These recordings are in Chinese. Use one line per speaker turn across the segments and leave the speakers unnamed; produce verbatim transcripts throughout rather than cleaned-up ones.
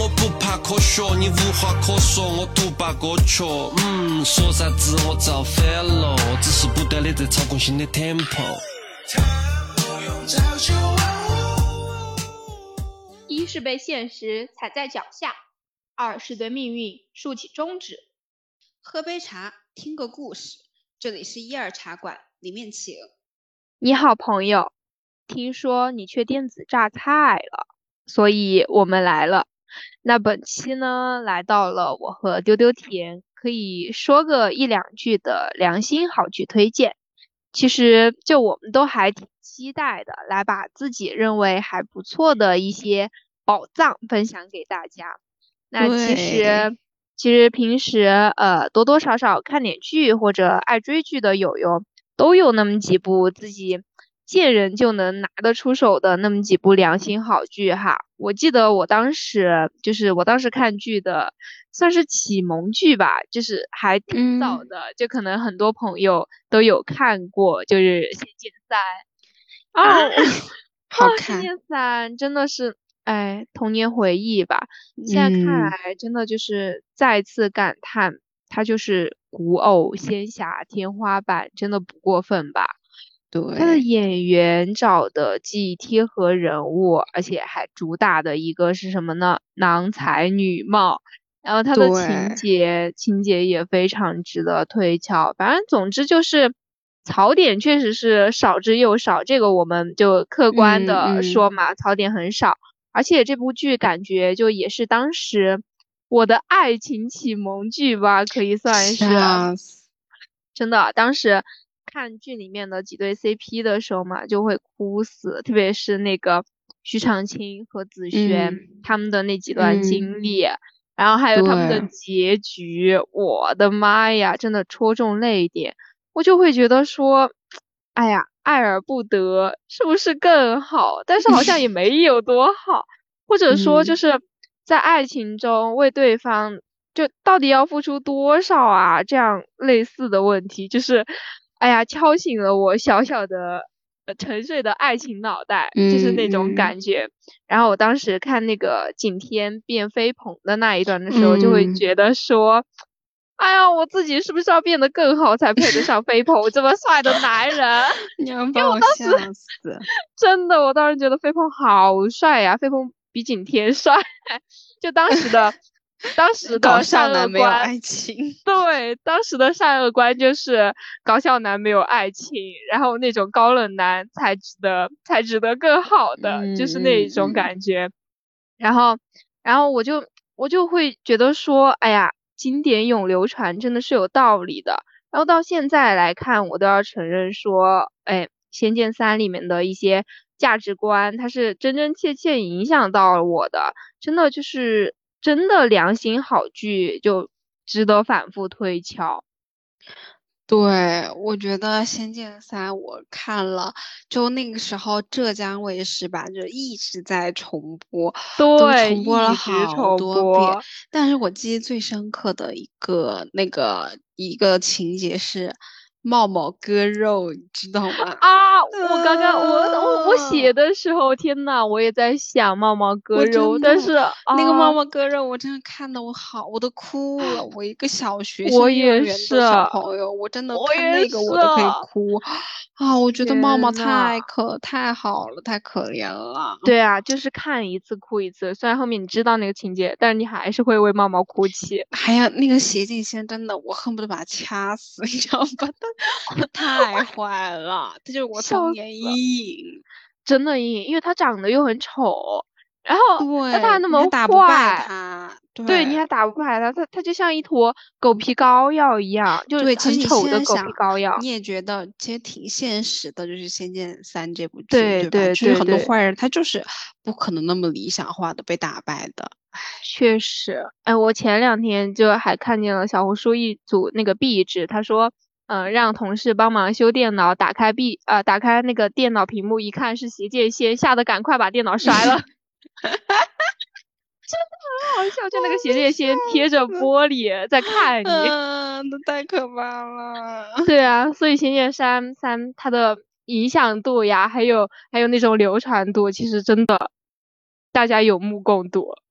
我不怕科学，你无话可说，我独霸歌曲。嗯，说啥子我造反了，只是不断的在操控新的 tempo。
一是被现实踩在脚下，二是对命运竖起中指。
喝杯茶，听个故事，这里是一二茶馆，里面请。
你好朋友，听说你缺电子榨菜了，所以我们来了。那本期呢，来到了我和丢丢甜可以说个一两句的良心好剧推荐。其实就我们都还挺期待的，来把自己认为还不错的一些宝藏分享给大家。那其实其实平时呃多多少少看点剧或者爱追剧的友友都有那么几部自己见人就能拿得出手的那么几部良心好剧哈。我记得我当时就是我当时看剧的算是启蒙剧吧，就是还挺早的、嗯、就可能很多朋友都有看过，就是《仙剑三》
哦、啊、好看，
仙剑三真的是哎童年回忆吧。现在看来真的就是再次感叹、嗯、它就是古偶仙侠天花板，真的不过分吧。
对，
他的演员找的既贴合人物，而且还主打的一个是什么呢？郎才女貌。然后他的情节情节也非常值得推敲。反正总之就是槽点确实是少之又少，这个我们就客观的说嘛、嗯嗯、槽点很少。而且这部剧感觉就也是当时我的爱情启蒙剧吧，可以算是。真的当时看剧里面的几对 C P 的时候嘛，就会哭死，特别是那个徐长卿和紫萱、嗯、他们的那几段经历、嗯、然后还有他们的结局，我的妈呀，真的戳中泪点。我就会觉得说哎呀，爱而不得是不是更好？但是好像也没有多好或者说就是在爱情中为对方就到底要付出多少啊，这样类似的问题，就是哎呀敲醒了我小小的呃沉睡的爱情脑袋，就是那种感觉、嗯嗯、然后我当时看那个景天变飞鹏的那一段的时候、嗯、就会觉得说哎呀，我自己是不是要变得更好才配得上飞鹏这么帅的男人？
你要把我吓死！
真的，我当时觉得飞鹏好帅呀，飞鹏比景天帅。就当时的当时的善恶观，
搞笑男没有爱情。
对，当时的善恶观就是搞笑男没有爱情，然后那种高冷男才值得才值得更好的、嗯、就是那种感觉。嗯、然后然后我就我就会觉得说哎呀，经典永流传真的是有道理的。然后到现在来看，我都要承认说哎，仙剑三里面的一些价值观它是真真切切影响到了我的，真的就是真的良心好剧，就值得反复推敲。
对，我觉得《仙剑三》我看了，就那个时候浙江卫视吧，就一直在重播，都重播了好多遍。但是我记忆最深刻的一个那个一个情节是茂茂割肉，你知道吗？
啊！我刚刚、呃、我我我写的时候，天呐，我也在想茂茂割肉，但是、啊、
那个茂茂割肉，我真的看的我好，我都哭了。我一个小学生、
幼
儿园的小朋友，我真的看那个我都可以哭啊！我觉得茂茂太可太好了，太可怜了。
对啊，就是看一次哭一次。虽然后面你知道那个情节，但是你还是会为茂茂哭泣。
还有那个邪镜仙，真的我恨不得把他掐死，你知道吧？他太坏了，这就是我童年阴影，
真的阴影，因为他长得又很丑，然后
对，
他还那么坏，
打不败他，对，
对你还打不败他，他他就像一坨狗皮膏药一样，就是很丑的狗皮膏药。
你也觉得其实挺现实的，就是《仙剑三》这部剧，
对
对吧？
对对，
就是很多坏人他就是不可能那么理想化的被打败的。
确实，哎，我前两天就还看见了小红书一组那个壁纸，他说嗯、呃，让同事帮忙修电脑，打开壁呃，打开那个电脑屏幕一看是邪剑仙，吓得赶快把电脑摔了。真的很好笑，就那个邪剑仙贴着玻璃在看你，
嗯，那太可怕了。
对啊，所以仙剑三三它的影响度呀，还有还有那种流传度，其实真的大家有目共睹。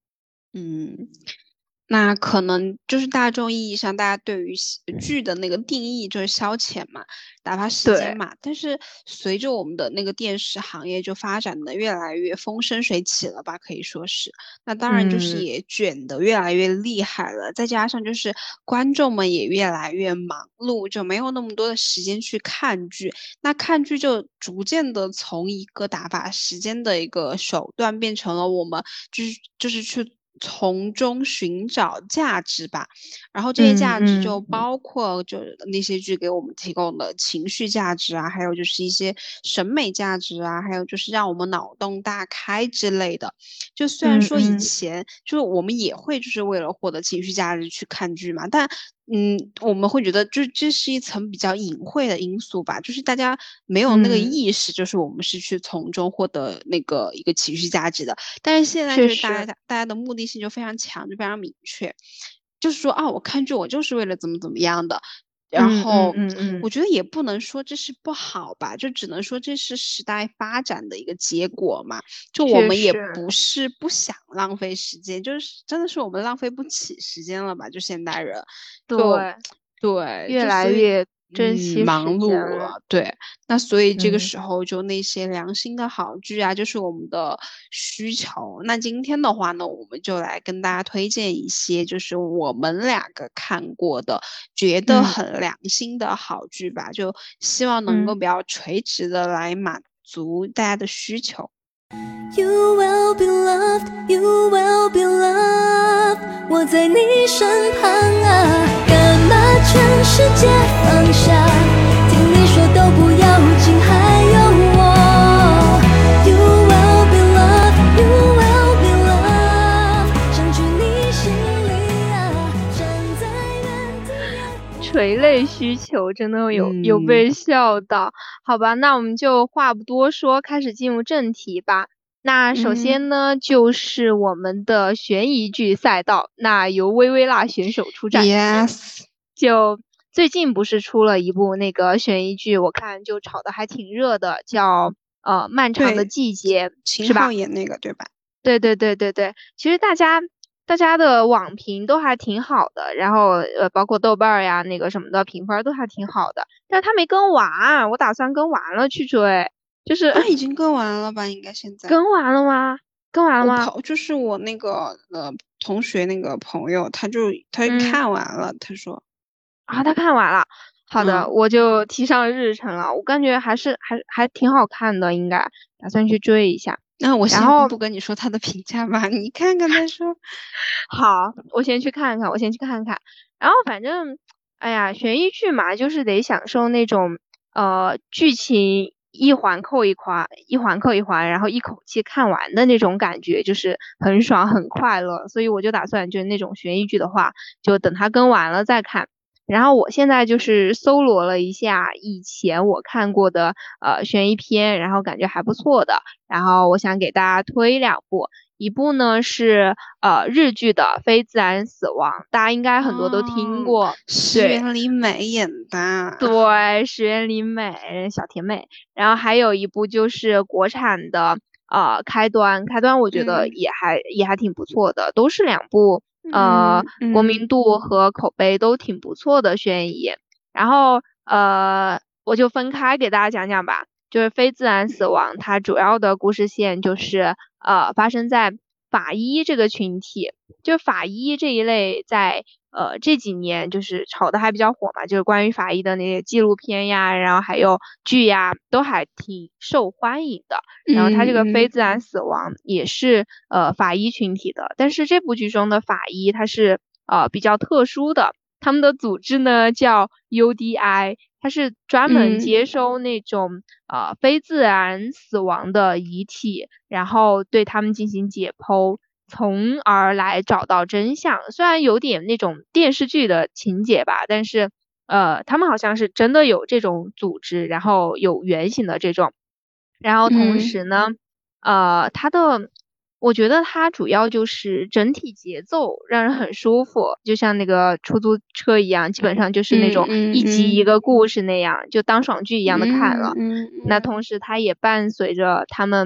嗯，那可能就是大众意义上大家对于剧的那个定义就是消遣嘛，打发时间嘛。但是随着我们的那个电视行业就发展的越来越风生水起了吧，可以说是。那当然就是也卷得越来越厉害了，嗯、再加上就是观众们也越来越忙碌，就没有那么多的时间去看剧。那看剧就逐渐的从一个打发时间的一个手段，变成了我们就是就是去从中寻找价值吧。然后这些价值就包括就那些剧给我们提供的情绪价值啊，还有就是一些审美价值啊，还有就是让我们脑洞大开之类的。就虽然说以前就是我们也会就是为了获得情绪价值去看剧嘛，但嗯，我们会觉得就这是一层比较隐晦的因素吧，就是大家没有那个意识，就是我们是去从中获得那个一个情绪价值的。但是现在就是大家大家的目的性就非常强，就非常明确，就是说啊，我看剧我就是为了怎么怎么样的。然后我觉得也不能说这是不好吧，就只能说这是时代发展的一个结果嘛。就我们也不是不想浪费时间，就是真的是我们浪费不起时间了吧，就现代人。
对
对，
越来越珍惜、
嗯、忙碌了。对，那所以这个时候就那些良心的好剧啊，嗯、就是我们的需求。那今天的话呢，我们就来跟大家推荐一些就是我们两个看过的觉得很良心的好剧吧，嗯、就希望能够比较垂直的来满足大家的需求。
You will be loved, you will be loved， 我在你身旁啊，干嘛全世界放下，听你说都不要紧，还有我。You will be loved, you will be loved， 想去你心里啊，站在原地。
垂泪需求真的有、嗯、有被笑到，好吧，那我们就话不多说，开始进入正题吧。那首先呢、嗯、就是我们的悬疑剧赛道，那由薇薇蜡选手出战。
Yes，
就最近不是出了一部那个悬疑剧，我看就炒得还挺热的，叫呃漫长的季节，
秦昊演那个对吧？
对对对对对，其实大家大家的网评都还挺好的，然后呃包括豆瓣呀那个什么的评分都还挺好的，但是他没跟完，我打算跟完了去追。就是
他已经跟完了吧？应该现在
跟完了吗？跟完了吗？
我就是我那个呃同学那个朋友，他就他看完了，嗯、他说
啊，他看完了。好的，
嗯、
我就提上日程了。我感觉还是还还挺好看的，应该打算去追一下。
那我先不跟你说他的评价吧，你看看再说。
好，我先去看看，我先去看看。然后反正，哎呀，悬疑剧嘛，就是得享受那种呃剧情一环扣一环，一环扣一环，然后一口气看完的那种感觉，就是很爽很快乐。所以我就打算，就是那种悬疑剧的话，就等它更完了再看。然后我现在就是搜罗了一下以前我看过的呃悬疑片，然后感觉还不错的，然后我想给大家推两部。一部呢是呃日剧的《非自然死亡》，大家应该很多都听过，
哦、石原里美演的。
对，石原里美小甜妹。然后还有一部就是国产的呃开端，开端我觉得也还、嗯、也还挺不错的，都是两部呃、嗯、国民度和口碑都挺不错的悬疑。然后呃我就分开给大家讲讲吧。就是非自然死亡，它主要的故事线就是呃发生在法医这个群体，就法医这一类在呃这几年就是炒的还比较火嘛，就是关于法医的那些纪录片呀，然后还有剧呀，都还挺受欢迎的。然后它这个非自然死亡也是呃法医群体的，但是这部剧中的法医它是呃比较特殊的，他们的组织呢叫 U D I。它是专门接收那种、嗯、呃非自然死亡的遗体，然后对他们进行解剖，从而来找到真相。虽然有点那种电视剧的情节吧，但是呃他们好像是真的有这种组织，然后有原型的这种。然后同时呢、嗯、呃它的我觉得它主要就是整体节奏让人很舒服，就像那个出租车一样，基本上就是那种一集一个故事那样，嗯嗯、就当爽剧一样的看了。
嗯嗯嗯、
那同时它也伴随着他们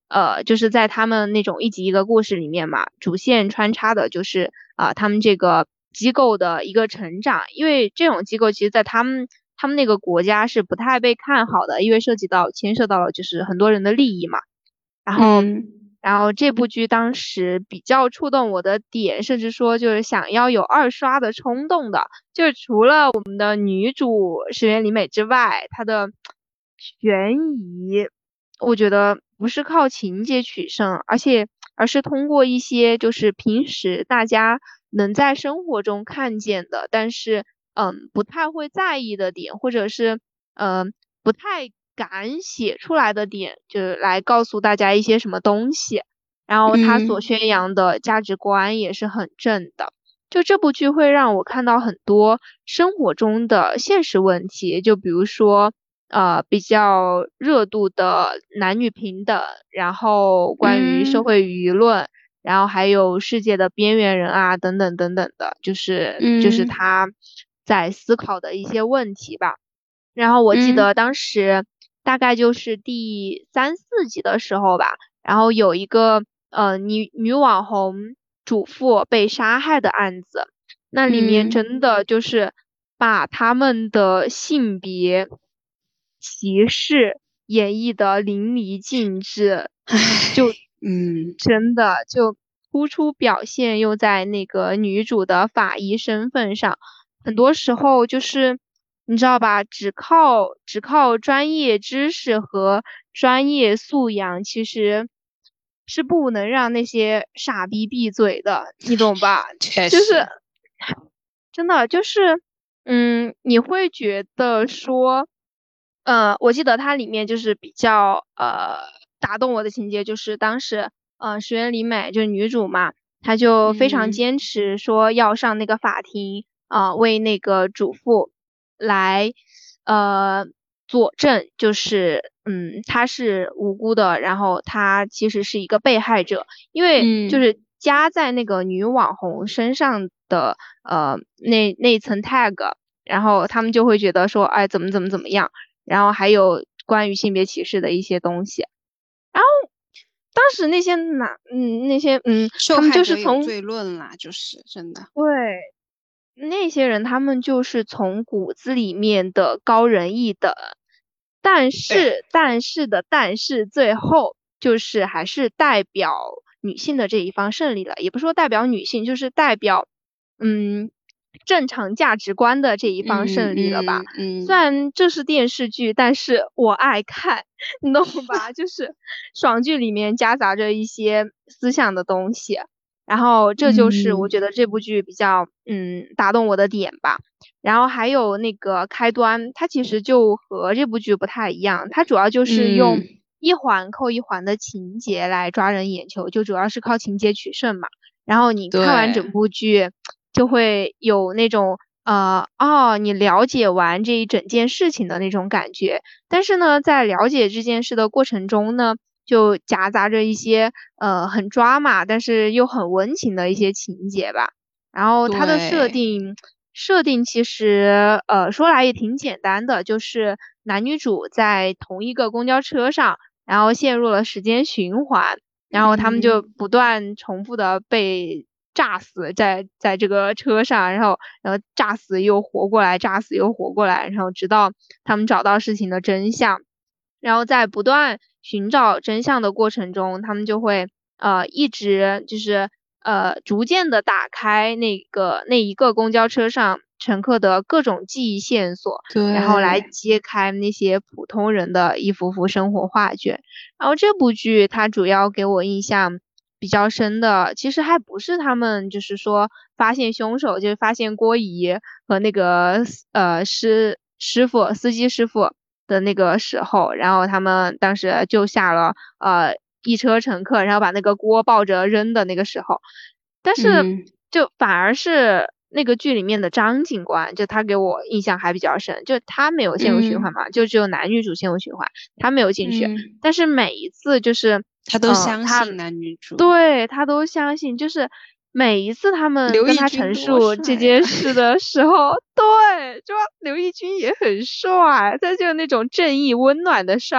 呃，就是在他们那种一集一个故事里面嘛，主线穿插的就是啊、呃，他们这个机构的一个成长，因为这种机构其实在他们他们那个国家是不太被看好的，因为涉及到牵涉到了就是很多人的利益嘛。然后、嗯、然后这部剧当时比较触动我的点，甚至说就是想要有二刷的冲动的，就是除了我们的女主石原里美之外，她的悬疑我觉得不是靠情节取胜，而且而是通过一些就是平时大家能在生活中看见的，但是嗯不太会在意的点，或者是嗯不太敢写出来的点，就是来告诉大家一些什么东西。然后他所宣扬的价值观也是很正的。嗯、就这部剧会让我看到很多生活中的现实问题，就比如说呃比较热度的男女平等，然后关于社会舆论、嗯、然后还有世界的边缘人啊等等等等的，就是、嗯、就是他在思考的一些问题吧。然后我记得当时大概就是第三四集的时候吧，然后有一个呃女女网红主妇被杀害的案子，那里面真的就是把他们的性别歧视演绎的淋漓尽致，就嗯真的就突出表现又在那个女主的法医身份上，很多时候就是你知道吧，只靠只靠专业知识和专业素养其实是不能让那些傻逼闭嘴的，你懂吧？就是真的就是嗯你会觉得说呃我记得它里面就是比较呃打动我的情节，就是当时呃石原里美就是女主嘛，她就非常坚持说要上那个法庭啊、呃，为那个主妇来呃佐证，就是嗯他是无辜的，然后他其实是一个被害者，因为就是加在那个女网红身上的呃那那层 tag， 然后他们就会觉得说哎怎么怎么怎么样，然后还有关于性别歧视的一些东西，然后当时那些男嗯那些嗯他们就是从
罪论啦，就是真的
对。那些人他们就是从骨子里面的高人一等，但是但是的但是最后就是还是代表女性的这一方胜利了，也不是说代表女性，就是代表嗯正常价值观的这一方胜利了吧。
嗯嗯嗯、
虽然这是电视剧，但是我爱看，你懂吧？就是爽剧里面夹杂着一些思想的东西。然后这就是我觉得这部剧比较嗯打动我的点吧。然后还有那个开端，它其实就和这部剧不太一样，它主要就是用一环扣一环的情节来抓人眼球，就主要是靠情节取胜嘛。然后你看完整部剧就会有那种呃哦你了解完这一整件事情的那种感觉。但是呢在了解这件事的过程中呢，就夹杂着一些呃很抓马但是又很温情的一些情节吧。然后它的设定设定其实呃说来也挺简单的，就是男女主在同一个公交车上，然后陷入了时间循环，然后他们就不断重复的被炸死在在这个车上，然后然后炸死又活过来，炸死又活过来，然后直到他们找到事情的真相。然后在不断寻找真相的过程中，他们就会呃一直就是呃逐渐的打开那个那一个公交车上乘客的各种记忆线索，然后来揭开那些普通人的一幅幅生活画卷。然后这部剧它主要给我印象比较深的，其实还不是他们就是说发现凶手，就是发现郭姨和那个呃师师傅司机师傅的那个时候，然后他们当时救下了呃一车乘客，然后把那个锅抱着扔的那个时候，但是就反而是那个剧里面的张警官，就他给我印象还比较深，就他没有陷入循环嘛、嗯、就只有男女主陷入循环，他没有进去、嗯、但是每一次就是
他都相信男女主、
呃、对他都相信，就是每一次他们跟他陈述这件事的时候，对，就刘奕君也很帅，他就那种正义温暖的帅。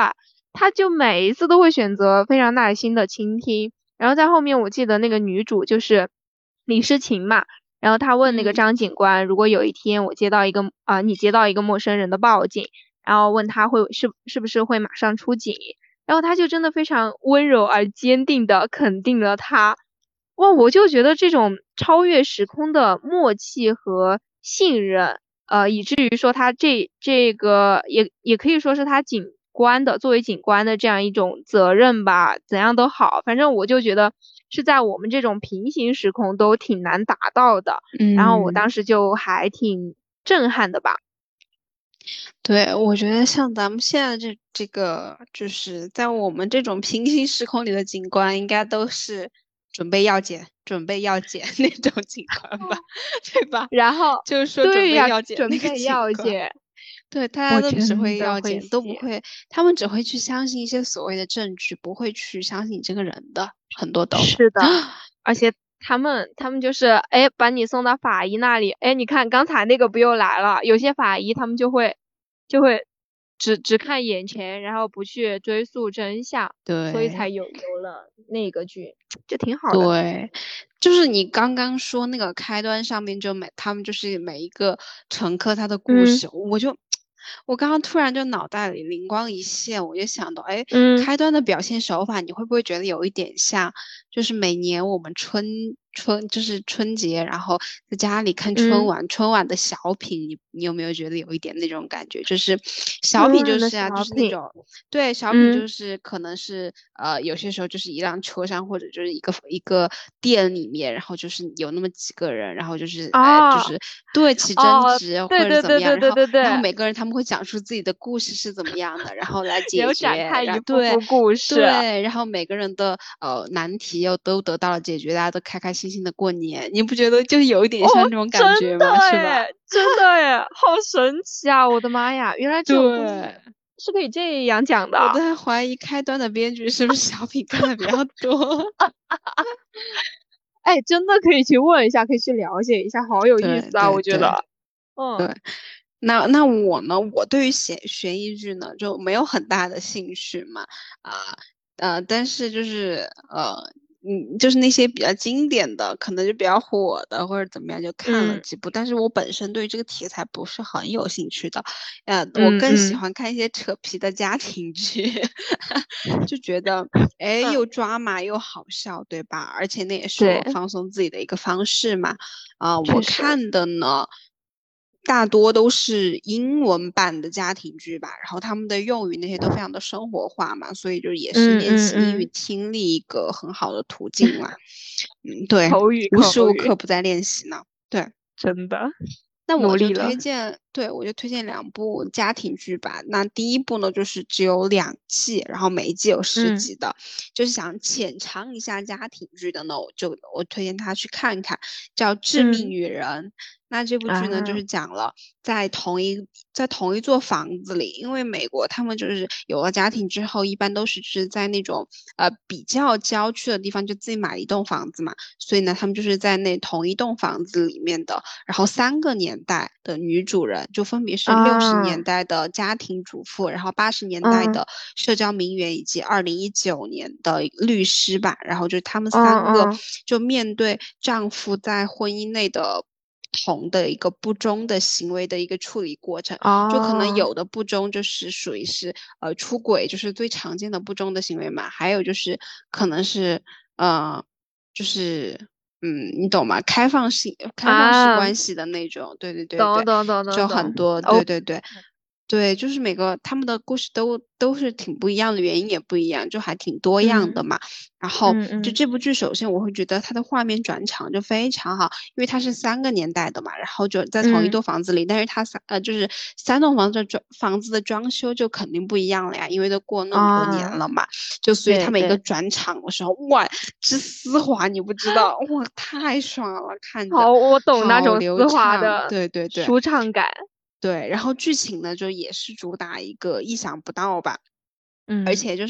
他就每一次都会选择非常耐心的倾听。然后在后面我记得那个女主就是李诗情嘛，然后她问那个张警官，嗯、如果有一天我接到一个啊、呃，你接到一个陌生人的报警，然后问他会是是不是会马上出警，然后他就真的非常温柔而坚定的肯定了他。哇，我就觉得这种超越时空的默契和信任，呃，以至于说他这这个也也可以说是他警官的作为警官的这样一种责任吧，怎样都好，反正我就觉得是在我们这种平行时空都挺难达到的，
嗯，
然后我当时就还挺震撼的吧。
对，我觉得像咱们现在这这个，就是在我们这种平行时空里的警官，应该都是准备要检、准备要检那种警官吧，对吧？
然后
就是说准备要检
那
个警官，对，大家都只会要检，都不会，他们只会去相信一些所谓的证据，不会去相信这个人的，很多都
是的，而且。他们他们就是哎，把你送到法医那里，哎，你看刚才那个不又来了？有些法医他们就会就会只只看眼前，然后不去追溯真相，
对，
所以才有有了那个剧，就挺好的。
对，就是你刚刚说那个开端上面就每他们就是每一个乘客他的故事，
嗯、
我就。我刚刚突然就脑袋里灵光一现，我就想到，哎，
嗯、
开端的表现手法，你会不会觉得有一点像，就是每年我们春春就是春节，然后在家里看春晚，
嗯、
春晚的小品，你你有没有觉得有一点那种感觉？就是小品就是啊，就是那种对小品就是可能是、嗯、呃有些时候就是一辆车上或者就是一个一个店里面，然后就是有那么几个人，然后就是哎、
哦、
就是对起争执、
哦、
或者怎么样，
对对对对对对
然后然后每个人他们会讲述自己的故事是怎么样的，然后来解决，
展开一
幅
幅故事，
对，然后每个人的呃难题又都得到了解决，大家都开开心心的过年，你不觉得就有一点像这种感觉吗？
哦、
是吧？
真的耶，好神奇啊！我的妈呀，原来这种故
事
是可以这样讲的。
我都在怀疑开端的编剧是不是小品看的比较多。
哎，真的可以去问一下，可以去了解一下，好有意思啊！我觉得，嗯，
对。那那我呢？我对于悬悬疑剧呢就没有很大的兴趣嘛，啊呃，但是就是呃，嗯，就是那些比较经典的，可能就比较火的或者怎么样，就看了几部。嗯、但是我本身对这个题材不是很有兴趣的，呃，
嗯、
我更喜欢看一些扯皮的家庭剧，嗯、就觉得哎又抓马又好笑，对吧？而且那也是我放松自己的一个方式嘛。啊、呃，我看的呢。大多都是英文版的家庭剧吧，然后他们的用语那些都非常的生活化嘛，所以就也是练习英语听力一个很好的途径嘛。嗯，嗯对，
口语
无时无刻不在练习呢。对，
真的。
那我就推荐，对我就推荐两部家庭剧吧。那第一部呢，就是只有两季，然后每一季有十集的，嗯、就是想浅尝一下家庭剧的呢，我就我推荐他去看看，叫《致命女人》。嗯那这部剧呢，
啊、
就是讲了在同一在同一座房子里，因为美国他们就是有了家庭之后，一般都是是在那种呃比较郊区的地方就自己买一栋房子嘛，所以呢，他们就是在那同一栋房子里面的，然后三个年代的女主人就分别是六十年代的家庭主妇，
啊、
然后八十年代的社交名媛，以及二零一九年的律师吧，然后就他们三个就面对丈夫在婚姻内的。同的一个不忠的行为的一个处理过程，
哦、
就可能有的不忠就是属于是呃出轨，就是最常见的不忠的行为嘛，还有就是可能是呃就是嗯你懂吗？开放性开放式关系的那种，啊、对对对对，
懂懂懂懂，
就很多，对对对。对，就是每个他们的故事都都是挺不一样的，原因也不一样，就还挺多样的嘛。嗯、然后就这部剧，首先我会觉得它的画面转场就非常好，因为它是三个年代的嘛，然后就在同一栋房子里，嗯、但是它三呃就是三栋房子的装房子的装修就肯定不一样了呀，因为都过那么多年了嘛，啊、就所以他每个转场的时候，哇，之丝滑你不知道，哇，太爽了，看着。
好，我懂那种丝滑的，
对对对，
舒畅感。
对，然后剧情呢，就也是主打一个意想不到吧，
嗯，
而且就是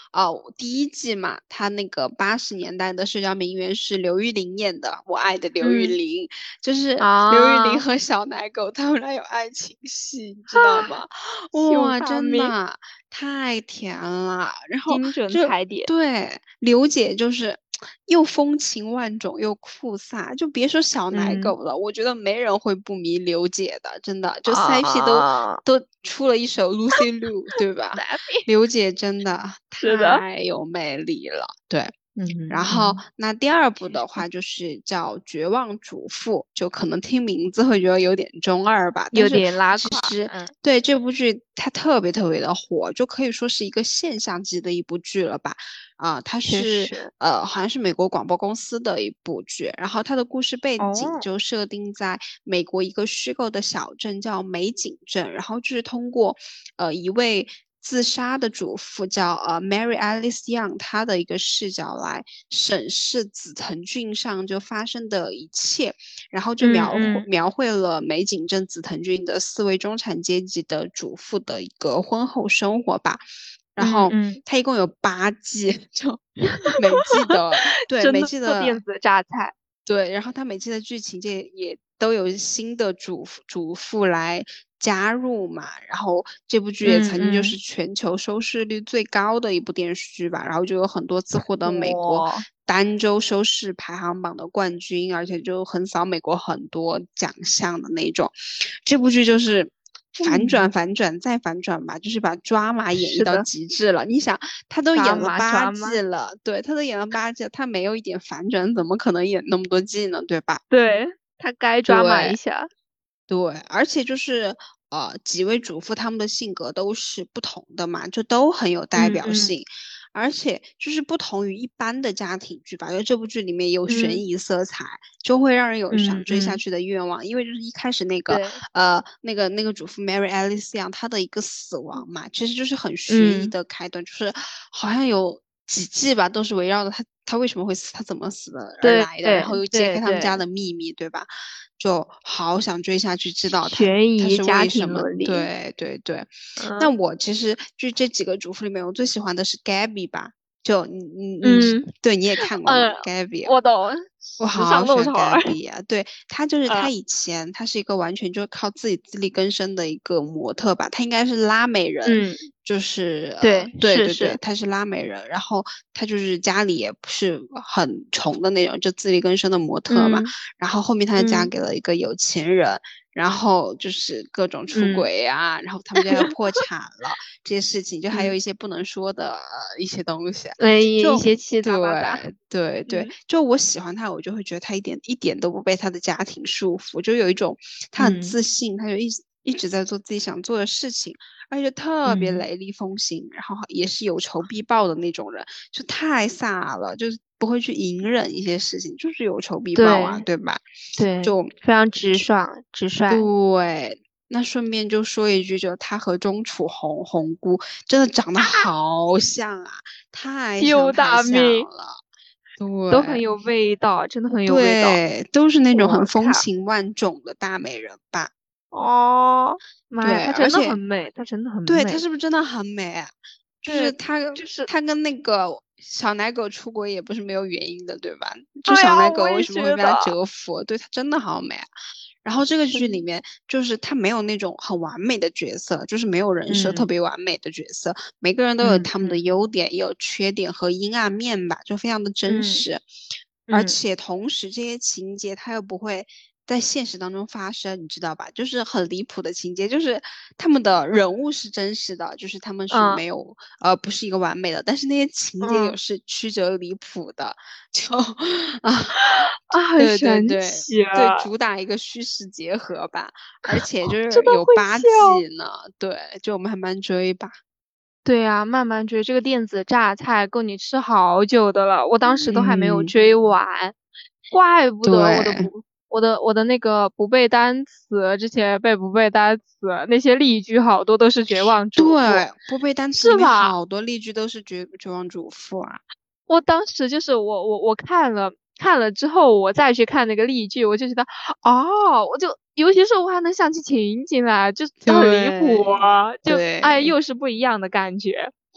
哦，第一季嘛，他那个八十年代的社交名媛是刘玉玲演的，我爱的刘玉
嗯
玲，就是
啊，
刘玉玲和小奶狗他们俩有爱情戏，你知道吗？
秀
哇，
发明，
真的太甜了。然后
精准
就
踩点。
对刘姐就是又风情万种又酷飒，就别说小奶
嗯
狗了，我觉得没人会不迷刘姐的，真的，就 C P 都
啊
都出了一首 Lucy Liu，对吧？
，Sappy，
刘姐真的
是的，
太有魅力了，对。然
嗯
后
嗯，
那第二部
确实，
的话就是叫《绝望主妇》，就可能听名字会觉得有点中二吧，但
有
是
点拉垮。
其实
嗯
对这部剧它特别特别的火，就可以说是一个现象级的一部剧了吧。啊、它
确
是
实。
呃好像是美国广播公司的一部剧，然后它的故事背景
哦，
就设定在美国一个虚构的小镇叫美景镇，然后就是通过呃一位自杀的主妇叫呃 Mary Alice Young，她的一个视角来审视紫藤郡上就发生的一切，然后就描绘
嗯嗯
描绘了美景镇紫藤郡的四位中产阶级的主妇的一个婚后生活吧。然后
嗯嗯，
它一共有八季，就每季的对
真的
每季的
电子榨菜。
对，然后它每季的剧情这也都有新的主妇主妇来加入嘛，然后这部剧也曾经就
嗯嗯，
是全球收视率最高的一部电视剧吧，然后就有很多次获得美国
哇，
单周收视排行榜的冠军，而且就横扫美国很多奖项的那种。这部剧就是反转、
嗯，
反转再反转吧，就是把抓马演绎到
是的，
极致了。你想，他都演了
抓马
八
抓马，
季了，对，他都演了八季了，他没有一点反转，怎么可能演那么多季呢？对吧？
对，他该抓马一
对
下。
对，而且就是呃，几位主妇他们的性格都是不同的嘛，就都很有代
嗯嗯
表性，而且就是不同于一般的家庭剧吧，因为这部剧里面有悬
嗯
疑色彩，就会让人有想
嗯嗯，
追下去的愿望。因为就是一开始那个
对，
呃那个那个主妇 Mary Alice Young 她的一个死亡嘛，其实就是很悬疑
嗯，
的开端，就是好像有几季吧，都是围绕着她她为什么会死，她怎么死的而
对
来的，然后又揭开他们家
对对，
的秘密，对吧？就好想追下去，知道他
悬
他是
疑家庭
为什么。
伦理。
对对对，那
嗯
我其实就这几个主妇里面，我最喜欢的是 Gabby 吧。就你你你是，
嗯
对你也看过吗
嗯，
？Gabby，
我懂，
我
时尚
好喜欢
弄潮儿。
Gabby 啊，对，她就是她
嗯
以前她是一个完全就是靠自己自力更生的一个模特吧，她应该是拉美人，
嗯，
就是呃，
对，
对对对，
是是。
她是拉美人，然后她就是家里也不是很穷的那种，就自力更生的模特嘛，
嗯
然后后面她就嫁
嗯
给了一个有钱人，然后就是各种出
嗯
轨啊，然后他们家要破产了，这些事情就还有
嗯，
一些不能说的呃一些东西。
呃，一一
就
些七杂八杂。
对对对，
嗯
就我喜欢他，我就会觉得他一点一点都不被他的家庭束缚，就有一种他很
嗯
自信，他就一直一直在做自己想做的事情，而且特别
嗯，
雷厉风行，然后也是有仇必报的那种人，就太飒了，就是不会去隐忍一些事情，就是有仇必报啊，
对
对吧？
对，
就
非常直爽直率。
对。那顺便就说一句，就他和钟楚红红姑真的长得好像啊，太像
又
太像
大命，
了。对
都很有味道，真的很有味道。
对，都是那种很
我靠，
风情万种的大美人吧。
哦，妈呀，
对，
她真的
而且
很美，她真的很
对她
美。
是不是真的很美啊？就是
对，
她，
就是
她跟那个小奶狗出轨也不是没有原因的，对吧？就
对啊，
小奶狗为
我也
什么会被她
觉得。
折服？对，她真的好美啊。然后这个剧里
真
面，就是她没有那种很完美的角色，就是没有人设特
嗯
别完美的角色，每个人都有他们的
嗯嗯
优点，也有缺点和阴暗面吧，就非常的真
嗯
实。而
嗯
且同时这些情节它又不会在现实当中发生，你知道吧？就是很离谱的情节，就是他们的人物是真实的，就是他们是
嗯
没有呃不是一个完美的，但是那些情节
嗯
又是曲折离谱的，就啊，
啊，很
对对
神
对对，
奇啊，
主打一个虚实结合吧，而且就是
真的会
有八季
笑。
呢，对，就我们还蛮追吧，
对呀，慢慢追，这个电子榨菜够你吃好久的了，我当时都还没有
嗯，
追完，怪不得我的
对。
不，我的我的那个不背单词，之前背不背单词，那些例句好多都是绝望主妇，
对，不背单词里面
是吧？
好多例句都是绝绝望主妇啊。
我当时就是我我我看了看了之后，我再去看那个例句，我就觉得哦，我就尤其是我还能想起情景来，就很离谱
对
啊，就哎
对，
又是不一样的感觉。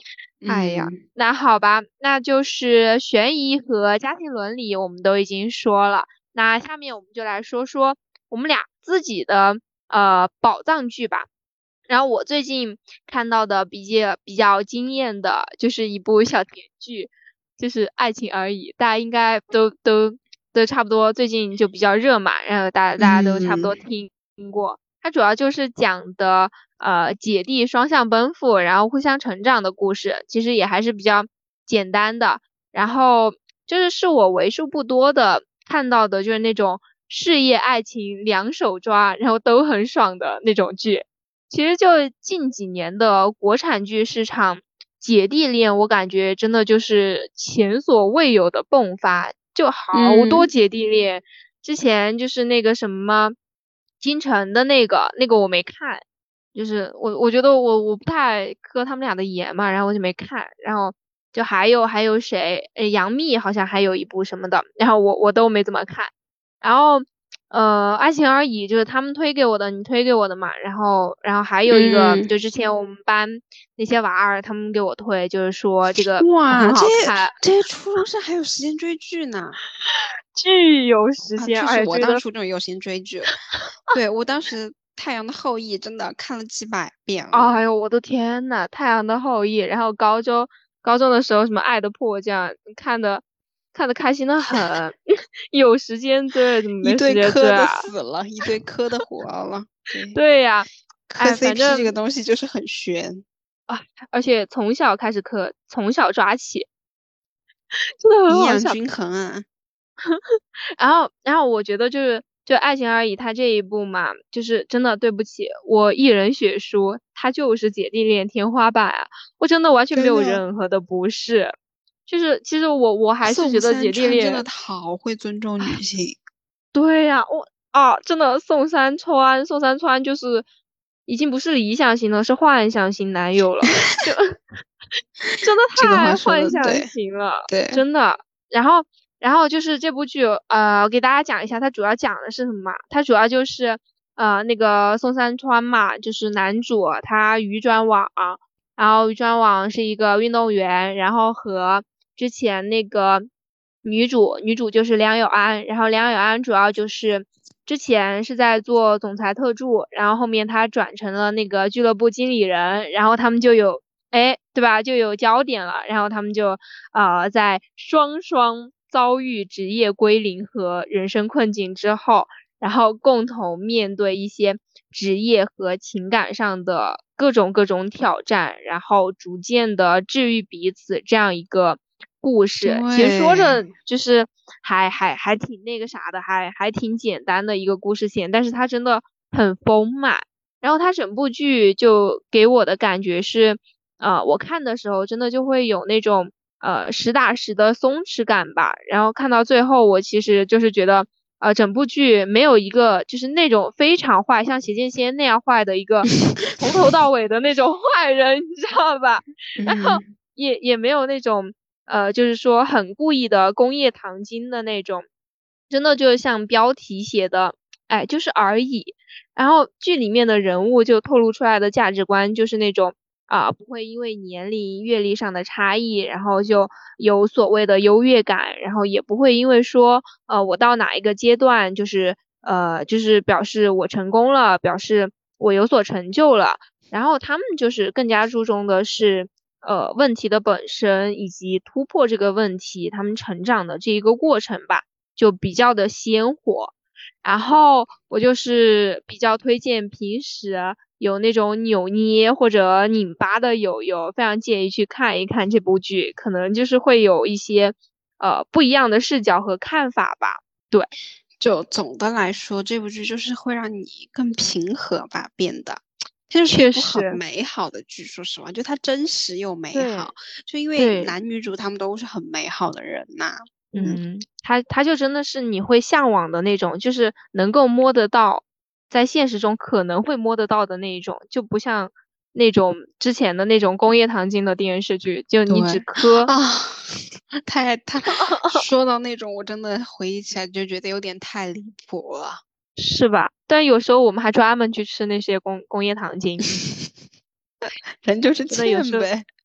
哎呀，
嗯
那好吧，那就是悬疑和家庭伦理我们都已经说了，那下面我们就来说说我们俩自己的呃宝藏剧吧。然后我最近看到的比较比较惊艳的就是一部小甜剧，就是《爱情而已》，大家应该都都都差不多，最近就比较热嘛，然后大大家都差不多
嗯
听听过。它主要就是讲的呃姐弟双向奔赴，然后互相成长的故事，其实也还是比较简单的。然后就是是我为数不多的看到的，就是那种事业爱情两手抓，然后都很爽的那种剧。其实就近几年的国产剧市场，姐弟恋我感觉真的就是前所未有的迸发，就好多
嗯，
姐弟恋。之前就是那个什么金城的那个，那个我没看，就是我我觉得我我不太磕他们俩的颜嘛，然后我就没看。然后就还有还有谁，诶，杨幂好像还有一部什么的，然后我我都没怎么看。然后呃，爱情而已就是他们推给我的，你推给我的嘛。然后然后还有一个，
嗯，
就之前我们班那些娃儿他们给我推，就是说这个
哇，
很
这些
好看，
这些初中生还有时间追剧呢。
巨有时
啊，
间，
确实，
哎，
我当
追的
初中有心追剧了。对，我当时《太阳的后裔》真的看了几百遍了。
哎呦，我的天呐，太阳的后裔，然后高中高中的时候什么爱的迫降，看的看的开心的很，有时间追，怎么
一
没时
对磕的
间追啊？
死了，一对磕的活了。对，
对呀，
磕
哎，反
C P 这个
正
东西就是很悬。
啊，而且从小开始磕，从小抓起，真的很好笑。
营养均衡啊。
然后，然后我觉得就是就《爱情而已》它这一部嘛，就是真的对不起，我一人血书，它就是姐弟恋天花板啊！我真的完全没有
真的，
任何的不适，就是其实我我还是
宋
觉得姐
三川真的
弟恋，
好会尊重女性。
对呀，我啊，真的宋山川，宋山川就是已经不是理想型了，是幻想型男友了，就真的
这个话
太
说
幻想
的对。
型了，
对，
真的。然后，然后就是这部剧，呃，我给大家讲一下，它主要讲的是什么嘛？它主要就是呃那个宋三川嘛，就是男主他鱼转网，然后鱼转网是一个运动员，然后和之前那个女主，女主就是梁永安，然后梁永安主要就是之前是在做总裁特助，然后后面他转成了那个俱乐部经理人，然后他们就有。哎，对吧？就有焦点了，然后他们就呃在双双遭遇职业归零和人生困境之后，然后共同面对一些职业和情感上的各种各种挑战，然后逐渐的治愈彼此这样一个故事。其实说着
对，
就是还还还挺那个啥的，还还挺简单的一个故事线，但是它真的很丰满。然后它整部剧就给我的感觉是。呃，我看的时候真的就会有那种呃实打实的松弛感吧。然后看到最后，我其实就是觉得，呃，整部剧没有一个就是那种非常坏，像邪剑仙那样坏的一个从头到尾的那种坏人，你知道吧？然后
嗯，
也也没有那种呃，就是说很故意的工业糖精的那种，真的就像标题写的，哎，就是而已。然后剧里面的人物就透露出来的价值观就是那种。啊、不会因为年龄、阅历上的差异，然后就有所谓的优越感，然后也不会因为说，呃，我到哪一个阶段，就是呃，就是表示我成功了，表示我有所成就了，然后他们就是更加注重的是，呃，问题的本身以及突破这个问题，他们成长的这一个过程吧，就比较的鲜活。然后我就是比较推荐平时有那种扭捏或者拧巴的友友，非常建议去看一看这部剧，可能就是会有一些呃不一样的视角和看法吧。对，
就总的来说，这部剧就是会让你更平和吧，变得。它就是一部很
确实，
美好的剧，说实话，就它真实又美
对
好，就因为
对，
男女主他们都是很美好的人呐。嗯，
嗯，他他就真的是你会向往的那种，就是能够摸得到，在现实中可能会摸得到的那一种，就不像那种之前的那种工业糖精的电视剧，就
对
你只磕。
啊，太太说到那种，我真的回忆起来就觉得有点太离谱了。
是吧？但有时候我们还专门去吃那些工工业糖精，
人就是
真的有时候，
贱呗。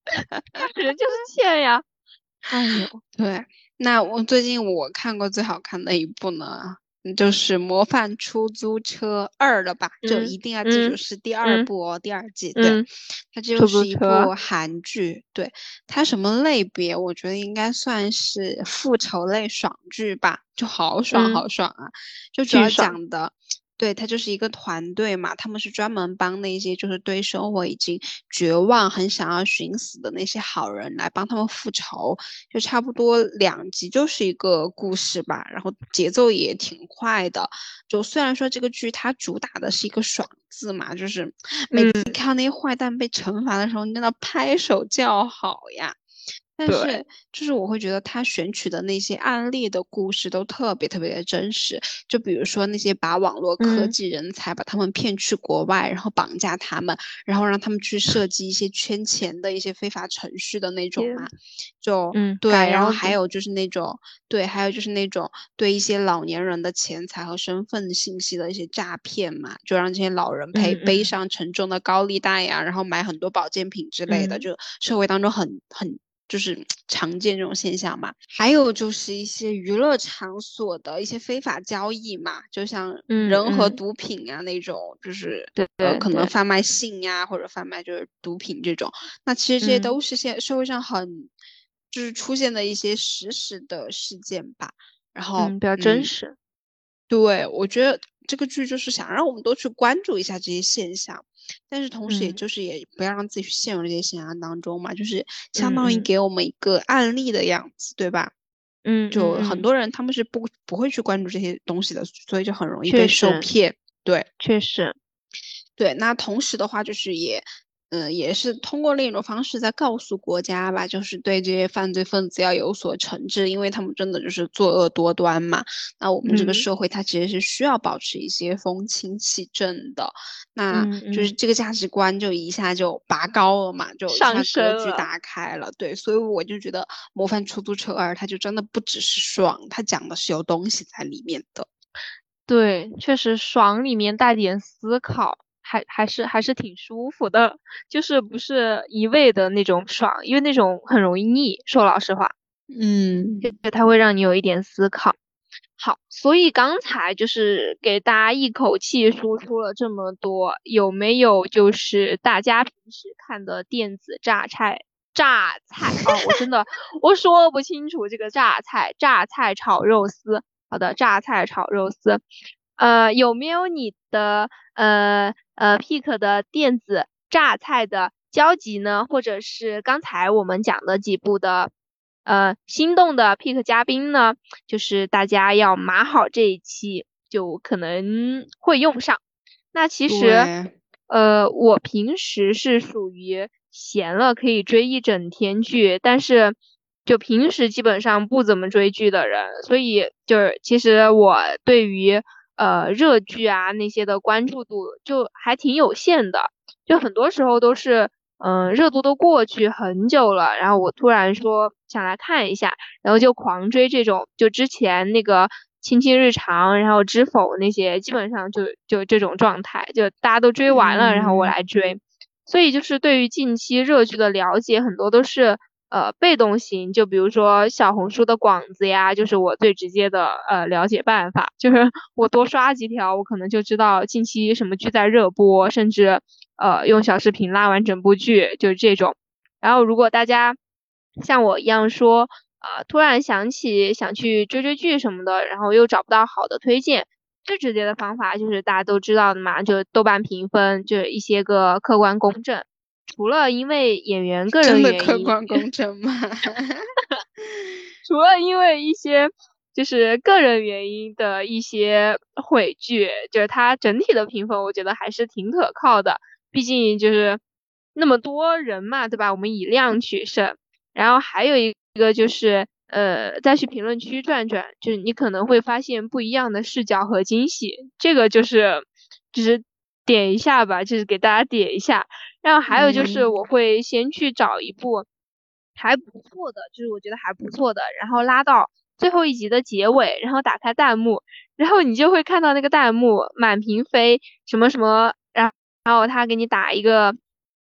人就是欠呀。哎呦，
对，那我最近我看过最好看的一部呢，就是《模范出租车二》了吧？就
嗯
一定要记住
嗯
是第二
嗯
部哦，第二季。对，
嗯，
它就
出租
是一
车，
部韩剧。对，它什么类别？我觉得应该算是复仇类爽剧吧，就好爽
嗯，
好爽啊！就主要
巨爽，
讲的。对，它就是一个团队嘛，他们是专门帮那些就是对生活已经绝望、很想要寻死的那些好人来帮他们复仇，就差不多两集就是一个故事吧，然后节奏也挺快的。就虽然说这个剧它主打的是一个爽字嘛，就是每次
嗯，
看到那些坏蛋被惩罚的时候，你真的拍手叫好呀。但
对，
是，就是我会觉得他选取的那些案例的故事都特别特别的真实，就比如说那些把网络科
嗯
技人才把他们骗去国外，然后绑架他们，然后让他们去设计一些圈钱的一些非法程序的那种
也
嘛，就
嗯，
对，然后
赶腰子，
还有就是那种对，还有就是那种对一些老年人的钱财和身份信息的一些诈骗嘛，就让这些老人陪
嗯嗯
背上沉重的高利贷呀，然后买很多保健品之类的，
嗯
就社会当中很很。就是常见这种现象嘛，还有就是一些娱乐场所的一些非法交易嘛，就像人和
嗯嗯，
毒品啊那种，就是
对
呃
对对，
可能贩卖性呀、或者贩卖就是毒品这种，那其实这些
嗯
都是现社会上很就是出现的一些实时的事件吧。然后
嗯，比较真
嗯，
实，
对，我觉得这个剧就是想让我们多去关注一下这些现象，但是同时也
嗯
就是也不要让自己去陷入这些现象当中嘛，就是相当于
嗯嗯
给我们一个案例的样子，对吧？
嗯嗯
就很
嗯，
多人他们是不不会去关注这些东西的，所以就很容易被受
确实
骗。对。
确实，
对，那同时的话，就是也，嗯、也是通过另一种方式在告诉国家吧，就是对这些犯罪分子要有所惩治，因为他们真的就是作恶多端嘛。那我们这个
嗯
社会，它其实是需要保持一些风清气正的，那
嗯嗯，
就是这个价值观就一下就拔高了嘛，就一
上
下格
升了，
局打开了。对，所以我就觉得《模范出租车二》它就真的不只是爽，它讲的是有东西在里面的。
对，确实爽里面带点思考，还还是还是挺舒服的，就是不是一味的那种爽，因为那种很容易腻，说老实话，就
嗯。
它会让你有一点思考。好，所以刚才就是给大家一口气输出了这么多，有没有就是大家平时看的电子榨菜？榨菜哦，我真的我说不清楚这个榨菜，榨菜炒肉丝。好的，榨菜炒肉丝，呃，有没有你的呃呃 pick 的电子榨菜的交集呢？或者是刚才我们讲的几部的呃心动的 pick 嘉宾呢？就是大家要码好这一期，就可能会用上。那其实，
对。
呃，我平时是属于闲了可以追一整天剧，但是就平时基本上不怎么追剧的人，所以就是其实我对于呃热剧啊那些的关注度就还挺有限的，就很多时候都是嗯、呃热度都过去很久了，然后我突然说想来看一下。然后就狂追这种，就之前那个亲亲日常，然后知否那些，基本上就就这种状态，就大家都追完了，然后我
嗯。
来追。所以就是对于近期热剧的了解，很多都是呃被动型，就比如说小红书的广子呀，就是我最直接的呃了解办法，就是我多刷几条，我可能就知道近期什么剧在热播，甚至呃用小视频拉完整部剧，就是这种。然后如果大家像我一样说，呃，突然想起想去追追剧什么的，然后又找不到好的推荐，最直接的方法就是大家都知道的嘛，就豆瓣评分，就是一些个客观公正。除了因为演员个人
真的
原因，
客观公正吗？
除了因为一些就是个人原因的一些毁剧，就是它整体的评分，我觉得还是挺可靠的。毕竟就是那么多人嘛，对吧？我们以量取胜。然后还有一个就是呃，再去评论区转转，就是你可能会发现不一样的视角和惊喜。这个就是就是点一下吧，就是给大家点一下。然后还有就是
嗯。
我会先去找一部还不错的，就是我觉得还不错的，然后拉到最后一集的结尾，然后打开弹幕，然后你就会看到那个弹幕满屏飞什么什么，然后然后他给你打一个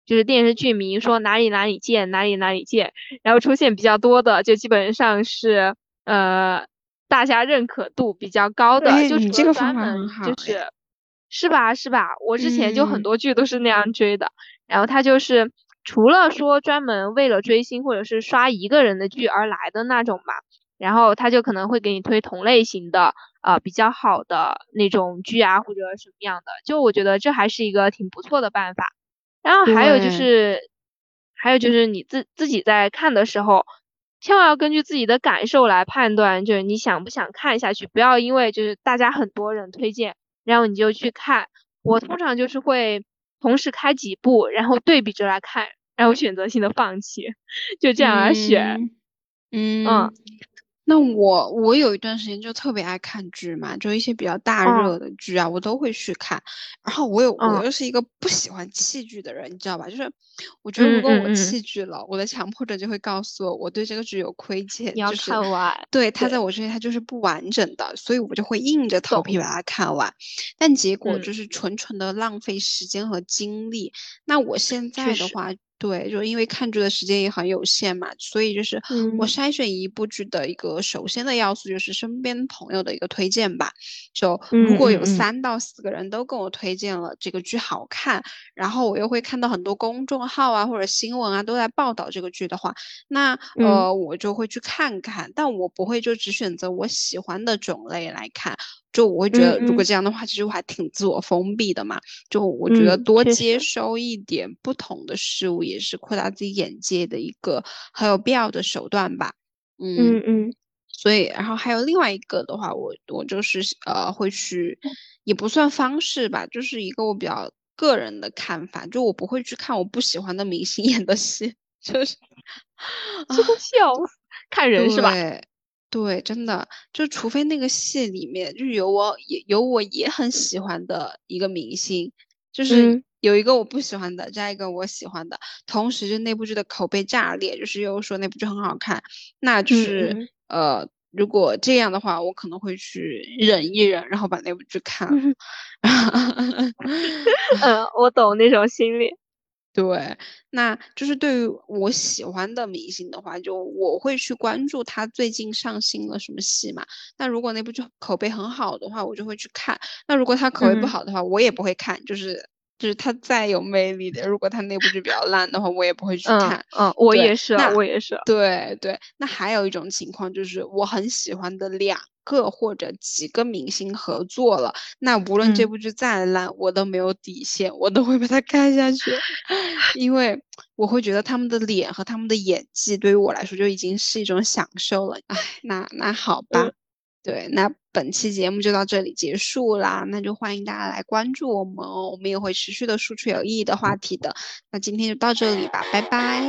就是电视剧名说哪里哪里见哪里哪里见，然后出现比较多的就基本上是呃大家认可度比较高的，就
你这个方
专门
法很好，
就是是吧是吧？我之前就很
嗯
多剧都是那样追的，然后他就是除了说专门为了追星或者是刷一个人的剧而来的那种嘛，然后他就可能会给你推同类型的呃比较好的那种剧啊或者什么样的，就我觉得这还是一个挺不错的办法。然后还有就
对
是还有就是你自自己在看的时候，千万要根据自己的感受来判断，就是你想不想看下去，不要因为就是大家很多人推荐，然后你就去看。我通常就是会同时开几部，然后对比着来看，然后选择性的放弃，就这样来选。
嗯
嗯
嗯，那我我有一段时间就特别爱看剧嘛，就一些比较大
嗯
热的剧啊，我都会去看。然后我有我
嗯
又是一个不喜欢弃剧的人，你知道吧？就是我觉得如
嗯
果我
嗯嗯，
弃剧了，我的强迫症就会告诉我我对这个剧有亏欠，
你要
就是
看完，
对它在
对，
我这里它就是不完整的，所以我就会硬着头
懂，
皮把它看完。但结果就
嗯，
是纯纯的浪费时间和精力。那我现
确实，
在的话，对，就因为看剧的时间也很有限嘛，所以就是我
嗯
筛选一部剧的一个首先的要素就是身边朋友的一个推荐吧。就如
嗯
果有
嗯嗯
三到四个人都跟我推荐了这个剧好看，然后我又会看到很多公众号啊或者新闻啊都在报道这个剧的话，那
嗯
呃我就会去看看，但我不会就只选择我喜欢的种类来看。就我会觉得，如果
嗯嗯
这样的话，其实我还挺自我封闭的嘛。就我觉得
嗯，
多
确实，
接收一点不同的事物，也是扩大自己眼界的一个很有必要的手段吧。嗯，
嗯嗯
所以，然后还有另外一个的话，我我就是呃会去，也不算方式吧，就是一个我比较个人的看法，就我不会去看我不喜欢的明星演的戏，就是
这个
啊。
笑死，看人是吧？
对，对，真的，就除非那个戏里面就是有我也有我也很喜欢的一个明星，就是
嗯
有一个我不喜欢的，加一个我喜欢的，同时就那部剧的口碑炸裂，就是又说那部剧很好看，那就是
嗯嗯
呃，如果这样的话，我可能会去忍一忍，然后把那部剧看了。
嗯嗯，我懂那种心理。
对，那就是对于我喜欢的明星的话，就我会去关注他最近上新了什么戏嘛。那如果那部剧口碑很好的话，我就会去看。那如果他口碑不
嗯
好的话，我也不会看。就是就是他再有魅力的，如果他那部剧比较烂的话，我也不会去
嗯
看。
嗯，我
对，
也是，
那
我也是。
对对，那还有一种情况就是我很喜欢的两个或者几个明星合作了。那无论这
嗯
部剧再烂，我都没有底线，我都会把它看下去，因为我会觉得他们的脸和他们的演技对于我来说就已经是一种享受了。哎，那那好吧，
嗯
对，那本期节目就到这里结束啦，那就欢迎大家来关注我们哦，我们也会持续的输出有意义的话题的。那今天就到这里吧，拜拜。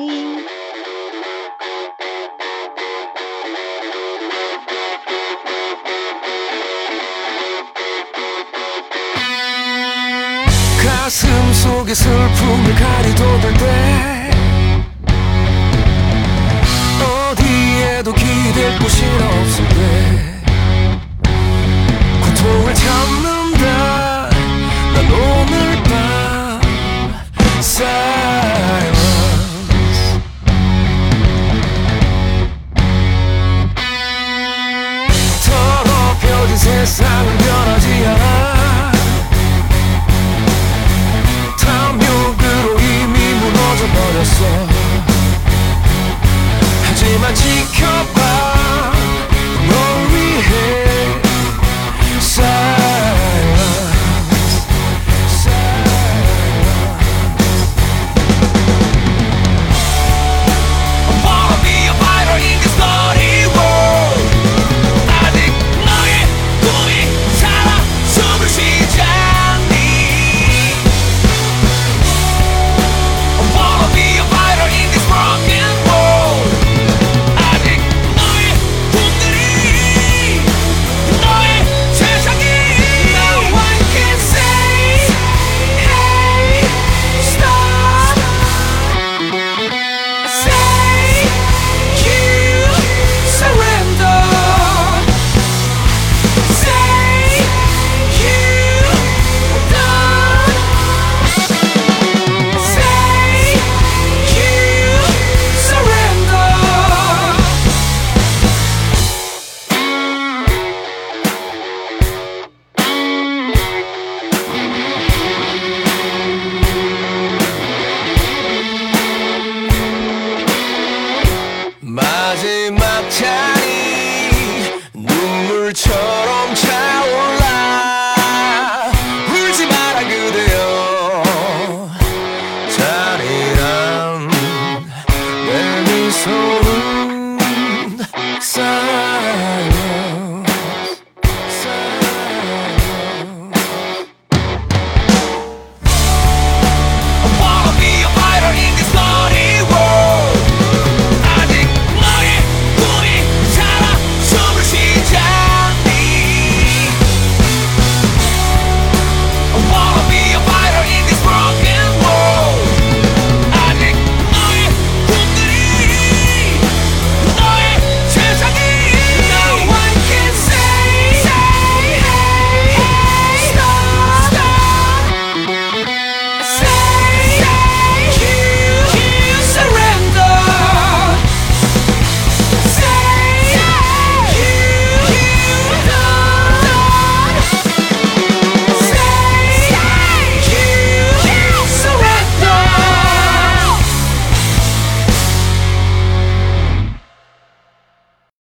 가슴 속에 슬픔을 가리도될 때 어디에도 기댈 곳이 없을 때 고통을 참는다 난 오늘 밤 Silence 더럽혀진 세상은 변하지 않아